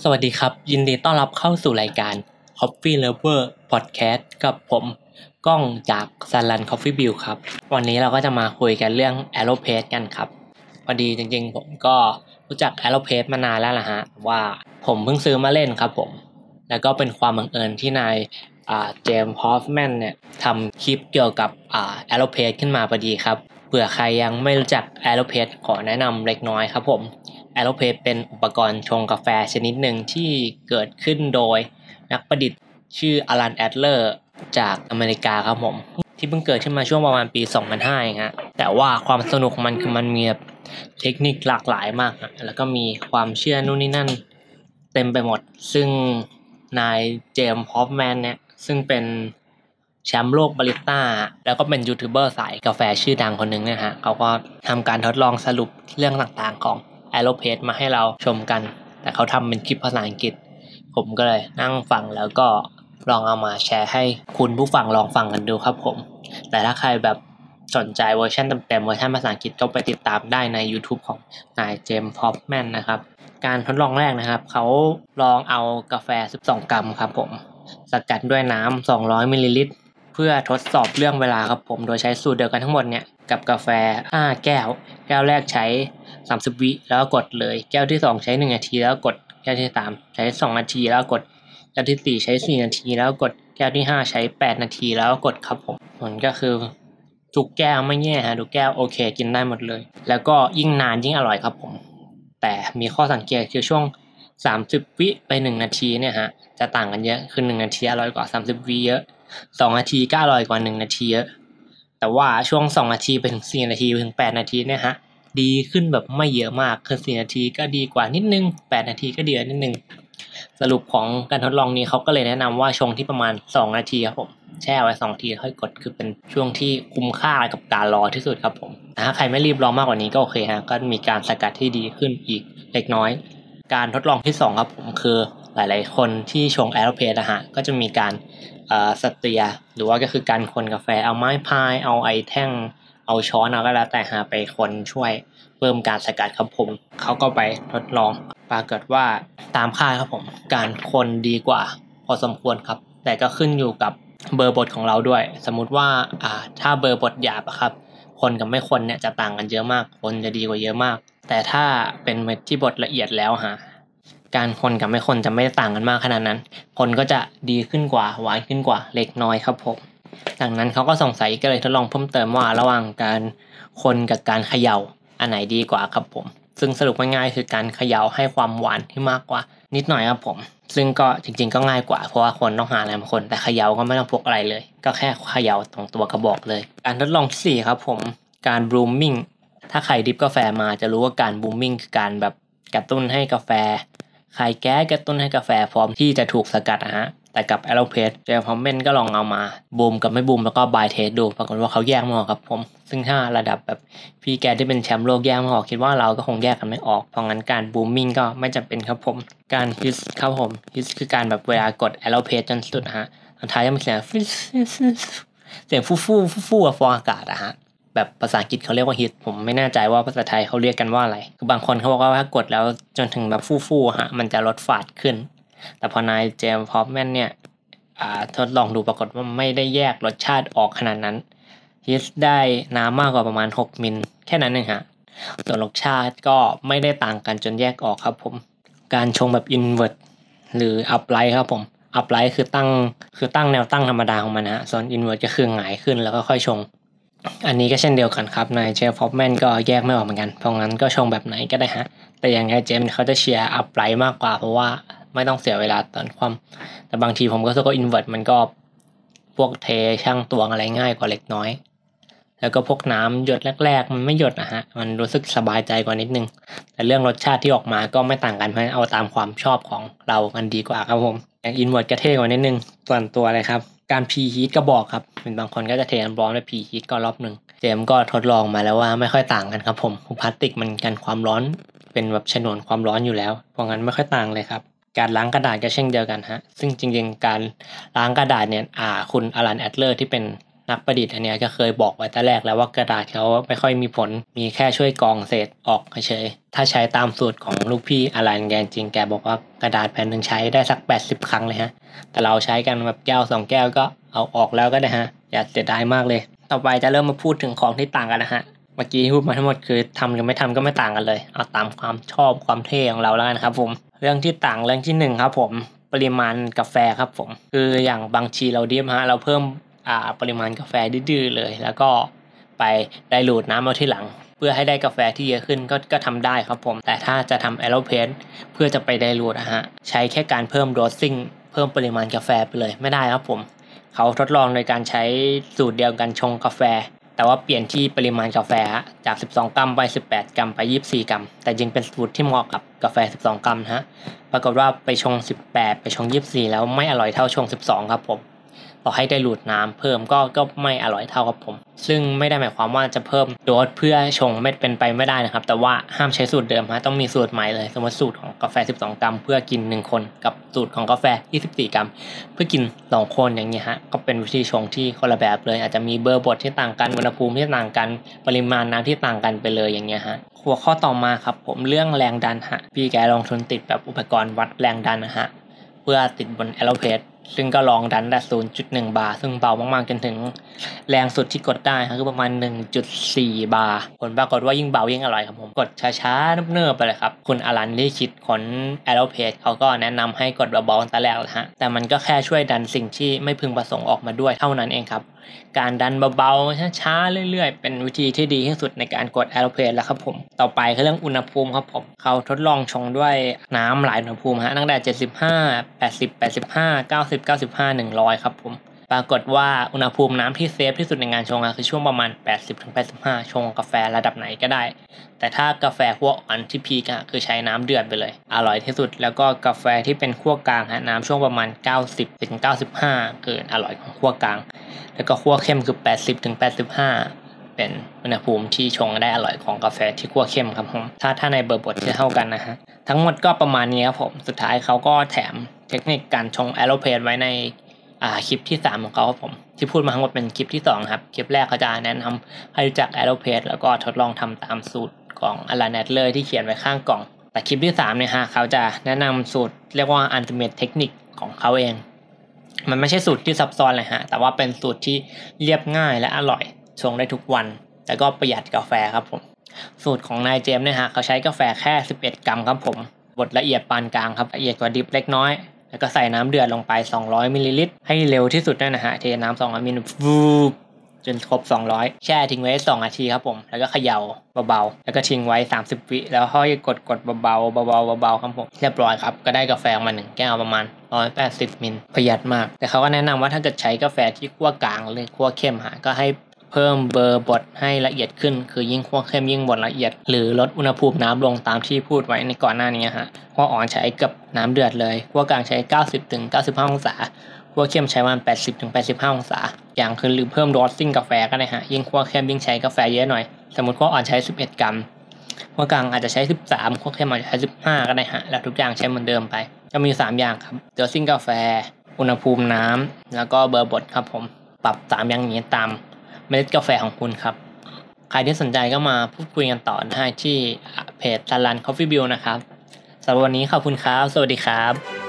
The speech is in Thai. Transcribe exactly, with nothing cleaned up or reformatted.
สวัสดีครับยินดีต้อนรับเข้าสู่รายการ Coffee Lover Podcast กับผมก้องจาก Salan Coffee Bill ครับวันนี้เราก็จะมาคุยกันเรื่อง Aeropress กันครับพอดีจริงๆผมก็รู้จัก Aeropress มานานแล้วล่ะฮะว่าผมเพิ่งซื้อมาเล่นครับผมแล้วก็เป็นความบังเอิญที่นายอ่าเจมส์ฮอฟแมนเนี่ยทำคลิปเกี่ยวกับอ่า Aeropress ขึ้นมาพอดีครับเผื่อใครยังไม่รู้จัก Aeropress ขอแนะนำเล็กน้อยครับผมAeropress เป็นอุปกรณ์ชงกาแฟชนิดหนึ่งที่เกิดขึ้นโดยนักประดิษฐ์ชื่ออลันแอดเลอร์จากอเมริกาครับผมที่เพิ่งเกิดขึ้นมาช่วงประมาณปีสองพันห้าเองฮะแต่ว่าความสนุกของมันคือมันมีเทคนิคหลากหลายมากแล้วก็มีความเชื่อนู่นนี่นั่นเต็มไปหมดซึ่งนายเจมส์ฮอฟแมนเนี่ยซึ่งเป็นแชมป์โลกบาริสต้าแล้วก็เป็นยูทูบเบอร์สายกาแฟชื่อดังคนหนึ่งเนี่ยฮะเขาก็ทำการทดลองสรุปเรื่องต่างๆของAeropress มาให้เราชมกันแต่เขาทำเป็นคลิปภาษาอังกฤษผมก็เลยนั่งฟังแล้วก็ลองเอามาแชร์ให้คุณผู้ฟังลองฟังกันดูครับผมแต่ถ้าใครแบบสนใจเวอร์ชันเต็มๆเวอร์ชันภาษาอังกฤษก็ไปติดตามได้ใน YouTube ของนายเจมส์ฮอฟแมนนะครับการทดลองแรกนะครับเขาลองเอากาแฟสิบสองกรัมครับผมสกัดด้วยน้ำสองร้อยมิลลิลิตรเพื่อทดสอบเรื่องเวลาครับผมโดยใช้สูตรเดียวกันทั้งหมดเนี่ยกับกาแฟห้าแก้วแก้วแรกใช้สามสิบวิแล้วกดเลยแก้วที่สองใช้หนึ่งนาทีแล้วกดแก้วที่สามใช้สองนาทีแล้วกดแก้วที่สี่ใช้สี่นาทีแล้วกดแก้วที่ห้าใช้แปดนาทีแล้วกดครับผมผลก็คือทุกแก้วไม่แย่ฮะทุกแก้วโอเคกินได้หมดเลยแล้วก็ยิ่งนานยิ่งอร่อยครับผมแต่มีข้อสังเกตคือช่วงสามสิบวิไปหนึ่งนาทีเนี่ยฮะจะต่างกันเยอะคือหนึ่งนาทีอร่อยกว่าสามสิบวิเยอะสองนาทีก็อร่อยกว่าหนึ่งนาทีเยอะแต่ว่าช่วงสองนาทีไปถึงสี่นาทีไปถึงแปดนาทีเนี่ยฮะดีขึ้นแบบไม่เยอะมากคือสี่นาทีก็ดีกว่านิดนึงแปดนาทีก็ดีกว่านิดนึงสรุปของการทดลองนี้เขาก็เลยแนะนำว่าชงที่ประมาณสองนาทีครับผมแช่ไว้สองนาทีค่อยกดคือเป็นช่วงที่คุ้มค่ากับการรอที่สุดครับผมถ้าใครไม่รีบรอมากกว่านี้ก็โอเคฮะก็มีการสกัดที่ดีขึ้นอีกเล็กน้อยการทดลองที่สองครับผมคือหลายๆคนที่ชง Aeropress นะฮะก็จะมีการเอ่อสเตียหรือว่าก็คือการคนกาแฟเอาไม้พายเอาไอแท่งเอาช้อนเอาก็แล้วแต่หาไปคนช่วยเพิ่มการสกัดครับผมเขาก็ไปทดลองปรากฏว่าตามคาดครับผมการคนดีกว่าพอสมควรครับแต่ก็ขึ้นอยู่กับเบอร์บดของเราด้วยสมมุติว่าอ่าถ้าเบอร์บดหยาบอะครับคนกับไม่คนเนี่ยจะต่างกันเยอะมากคนจะดีกว่าเยอะมากแต่ถ้าเป็นเม็ดที่บดละเอียดแล้วฮะการคนกับไม่คนจะไม่ต่างกันมากขนาดนั้นคนก็จะดีขึ้นกว่าหวานขึ้นกว่าเล็กน้อยครับผมดังนั้นเขาก็สงสัยก็เลยทดลองเพิ่มเติมว่าระหว่างการคนกับการเขย่าอันไหนดีกว่าครับผมซึ่งสรุปง่ายๆคือการเขย่าให้ความหวานที่มากกว่านิดหน่อยครับผมซึ่งก็จริงๆก็ง่ายกว่าเพราะว่าคนต้องหาอะไรมาคนแต่เขย่าก็ไม่ต้องพกอะไรเลยก็แค่เขย่าตรงตัวกระบอกเลยการทดลองที่สี่ครับผมการบลูมมิ่งถ้าใครดิฟกาแฟมาจะรู้ว่าการบลูมมิ่งคือการแบบกระตุ้นให้กาแฟคายแก๊สกระตุ้นให้กาแฟพร้อมที่จะถูกสกัดนะฮะแต่กับ Aeropress เจมส์ฮอฟแมนก็ลองเอามาบูมกับไม่บูมแล้วก็บายเทสดูปรากฏว่าเขาแยกไม่ออกครับผมซึ่งถ้าระดับแบบพี่แกที่เป็นแชมป์โลกแยกไม่ออกคิดว่าเราก็คงแยกกันไม่ออกเพราะงั้นการบูมมิ่งก็ไม่จำเป็นครับผมการฮิสครับผมฮิสคือการแบบเวลากด Aeropress จนสุดฮะสุดท้ายจะมีเสียงเสียงฟู่ฟู่ฟู่ฟู่ฟองอากาศอะฮะแบบภาษาอังกฤษเขาเรียกว่าฮิตผมไม่แน่ใจว่าภาษาไทยเขาเรียกกันว่าอะไรคือบางคนเขาบอกว่าถ้ากดแล้วจนถึงแบบฟู่ฟู่ฮะมันจะลดฝาดขึ้นแต่พอนายเจมส์ฮอฟแมนเนี่ยอ่าทดลองดูปรากฏว่าไม่ได้แยกรสชาติออกขนาดนั้นฮิตได้น้ำมากกว่าประมาณหกมิลแค่นั้นเองฮะส่วนรสชาติก็ไม่ได้ต่างกันจนแยกออกครับผมการชงแบบอินเวอร์ตหรืออัพไลท์ครับผมอัพไลท์คือตั้งคือตั้งแนวตั้งธรรมดาของมันฮะส่วนอินเวอร์ตก็คือหงายขึ้นแล้วก็ค่อยชงอันนี้ก็เช่นเดียวกันครับนายเจมส์ฮอฟแมนก็แยกไม่ออกเหมือนกันเพราะงั้นก็ชงแบบไหนก็ได้ฮะแต่อย่างไงเจมส์เขาจะเชียร์อัพไลท์มากกว่าเพราะว่าไม่ต้องเสียเวลาตอนความแต่บางทีผมก็รู้สึกว่าอินเวอร์ตมันก็พวกเทช่างตวงอะไรง่ายกว่าเล็กน้อยแล้วก็พวกน้ำหยดแรกๆมันไม่หยดนะฮะมันรู้สึกสบายใจกว่านิดนึงแต่เรื่องรสชาติที่ออกมาก็ไม่ต่างกันเพราะฉะนั้นเอาตามความชอบของเรากันดีกว่าครับผมอย่างอินเวอร์ตก็เท่กว่านิดนึงส่วนตัวเลยครับการพรีฮีทก็บอกครับเป็นบางคนก็จะเทน้ำร้อนไปพรีฮีทก็รอบนึงเจมก็ทดลองมาแล้วว่าไม่ค่อยต่างกันครับผมพลาสติกมันกันความร้อนเป็นแบบฉนวนความร้อนอยู่แล้วเพราะงั้นไม่ค่อยต่างเลยครับการล้างกระดาษก็เช่นเดียวกันฮะซึ่งจริงๆการล้างกระดาษเนี่ยอ่าคุณอลันแอดเลอร์ที่เป็นนักประดิษฐ์อันเนี้ยก็เคยบอกไว้แต่แรกแล้วว่ากระดาษเขาไม่ค่อยมีผลมีแค่ช่วยกรองเศษออกเฉยถ้าใช้ตามสูตรของลูกพี่อลันแกจริงแกบอกว่ากระดาษแผ่นหนึ่งใช้ได้สักแปดสิบครั้งเลยฮะแต่เราใช้กันแบบแก้วสองแก้วก็เอาออกแล้วก็ได้ฮะอย่าเสียดายมากเลยต่อไปจะเริ่มมาพูดถึงของที่ต่างกันนะฮะเมื่อกี้พูดมาทั้งหมดคือทำกับไม่ทำก็ไม่ต่างกันเลยเอาตามความชอบความเท่ของเราแล้วกันครับผมเรื่องที่ต่างเรื่องที่หนึ่งครับผมปริมาณกาแฟครับผมคืออย่างบางทีเราดิฟฮะเราเพิ่มอ่าปริมาณกาแฟดื้อๆเลยแล้วก็ไปไดลูทน้ำเอาที่หลังเพื่อให้ได้กาแฟที่เยอะขึ้นก็ก็ทำได้ครับผมแต่ถ้าจะทำแอโรเพสเพื่อจะไปไดลูทนะฮะใช้แค่การเพิ่มโดสซิ่งเพิ่มปริมาณกาแฟไปเลยไม่ได้ครับผมเขาทดลองโดยการใช้สูตรเดียวกันชงกาแฟแต่ว่าเปลี่ยนที่ปริมาณกาแฟจากสิบสองกรัมไปสิบแปดกรัมไปยี่สิบสี่กรัมแต่จริงเป็นสูตรที่เหมาะกับกาแฟสิบสองกรัมนะฮะปรากฏว่าไปชงสิบแปดไปชงยี่สิบสี่แล้วไม่อร่อยเท่าชงสิบสองครับผมต่อให้ได้หลูดน้ำเพิ่มก็ก็ไม่อร่อยเท่าครับผมซึ่งไม่ได้หมายความว่าจะเพิ่มโดสเพื่อชงไม่เป็นไปไม่ได้นะครับแต่ว่าห้ามใช้สูตรเดิมฮะต้องมีสูตรใหม่เลยสมมติสูตรของกาแฟสิบสองกรัมเพื่อกินหนึ่งคนกับสูตรของกาแฟยี่สิบสี่กรัมเพื่อกินสองคนอย่างเงี้ยฮะก็เป็นวิธีชงที่คนละแบบเลยอาจจะมีเบอร์บดที่ต่างกันอุณหภูมิที่ต่างกันปริมาณน้ำที่ต่างกันไปเลยอย่างเงี้ยฮะหัวข้อต่อมาครับผมเรื่องแรงดันฮะพี่แกลงทุนติดแบบอุปกรณ์วัดแรงดันนะฮะเพื่อติดบนแอโรเพสซึ่งก็ลองดันได้ ศูนย์จุดหนึ่ง บาร์ซึ่งเบามากๆจนถึงแรงสุดที่กดได้คือประมาณ หนึ่งจุดสี่ บาร์ผลปรากฏว่ายิ่งเบายิ่งอร่อยครับผมกดช้าๆเนิบๆไปเลยครับคุณอลันที่คิดขนแอโรเพสเขาก็แนะนำให้กดเบาๆตั้งแต่แรกนะฮะแต่มันก็แค่ช่วยดันสิ่งที่ไม่พึงประสงค์ออกมาด้วยเท่านั้นเองครับการดันเบาๆช้าๆเรื่อยๆเป็นวิธีที่ดีที่สุดในการกดแอโรเพสแล้วครับผมต่อไปคือเรื่องอุณหภูมิครับผมเขาทดลองชงด้วยน้ำหลายอุณหภูมิฮะตั้งแต่เจ็ดสิบห้า แปดสิบ แปดสิบห้า เก้าสิบ เก้าสิบห้า หนึ่งร้อยครับผมปรากฏว่าอุณหภูมิน้ำที่เซฟที่สุดในงานชงอะคือช่วงประมาณ แปดสิบถึงแปดสิบห้า ชงกาแฟระดับไหนก็ได้แต่ถ้ากาแฟคั่วอ่อนที่พีกอะคือใช้น้ำเดือดไปเลยอร่อยที่สุดแล้วก็กาแฟที่เป็นคั่วกลางฮะน้ำช่วงประมาณ เก้าสิบถึงเก้าสิบห้า เกินอร่อยของคั่วกลางแล้วก็คั่วเข้มคือ แปดสิบถึงแปดสิบห้า เป็นอุณหภูมิที่ชงได้อร่อยของกาแฟที่คั่วเข้มครับผมถ้าถ้าในเบอร์บดที่เท่ากันนะฮะทั้งหมดก็ประมาณนี้ครับผมสุดท้ายเขาก็แถมเทคนิคการชงแอโรเพสไว้ในอ่าคลิปที่สามของเขาครับผมที่พูดมาทั้งหมดเป็นคลิปที่สองครับคลิปแรกเขาจะแนะนำให้รู้จักแอโรเพสแล้วก็ทดลองทำตามสูตรของอลันแอดเลอร์ที่เขียนไว้ข้างกล่องแต่คลิปที่สามเนี่ยฮะเขาจะแนะนำสูตรเรียกว่าอัลติเมทเทคนิคของเขาเองมันไม่ใช่สูตรที่ซับซ้อนเลยฮะแต่ว่าเป็นสูตรที่เรียบง่ายและอร่อยชงได้ทุกวันแต่ก็ประหยัดกาแฟครับผมสูตรของนายเจมส์เนี่ยฮะเขาใช้กาแฟแค่สิบเอ็ดกรัมครับผมบดละเอียดปานกลางครับละเอียดกว่าดิฟเล็กน้อยแล้วก็ใส่น้ำเดือดลงไปสองร้อยมิลลิลิตรให้เร็วที่สุดด้วยนะฮะเทน้ำสองร้อยมิลลิลิตรฟูบจนครบสองร้อยแช่ทิ้งไว้สองนาทีครับผมแล้วก็เขย่าเบาๆแล้วก็ทิ้งไว้สามสิบวิแล้วค่อยกดกดเบาๆเบาๆเบาๆครับผมเรียบร้อยครับก็ได้กาแฟมาหนึ่งแก้วประมาณหนึ่งร้อยแปดสิบมิลประหยัดมากแต่เขาก็แนะนำว่าถ้าเกิดใช้กาแฟที่คั่วกลางหรือคั่วเข้มฮะก็ให้เพิ่มเบอร์บดให้ละเอียดขึ้นคือยิ่งคั่วเข้มยิ่งบดละเอียดหรือลดอุณหภูมิน้ำลงตามที่พูดไว้ในก่อนหน้านี้ฮะคั่วอ่อนใช้กับน้ำเดือดเลยคั่วกลางใช้เก้าสิบถึงเก้าสิบห้าองศาคั่วเข้มใช้ประมาณแปดสิบถึงแปดสิบห้าองศาอย่างคือหรือเพิ่มโดสซิ่งกาแฟก็ได้ฮะยิ่งคั่วเข้มยิ่งใช้กาแฟเยอะหน่อยสมมติคั่วอ่อนใช้สิบเอ็ดกรัมคั่วกลางอาจจะใช้สิบสามคั่วเข้มอาจจะใช้สิบห้าก็ได้ฮะแล้วทุกอย่างใช้เหมือนเดิมไปก็มีสามอย่างครับโดสซิ่งกาแฟอุณหภูมิน้ำแล้วก็เบอร์บดครับผมปรับสามอย่างนี้ตามเมล็ดกาแฟของคุณครับใครที่สนใจก็มาพูดคุยกันต่อได้ที่เพจ Salan Coffee Bill นะครับสำหรับวันนี้ขอบคุณครับสวัสดีครับ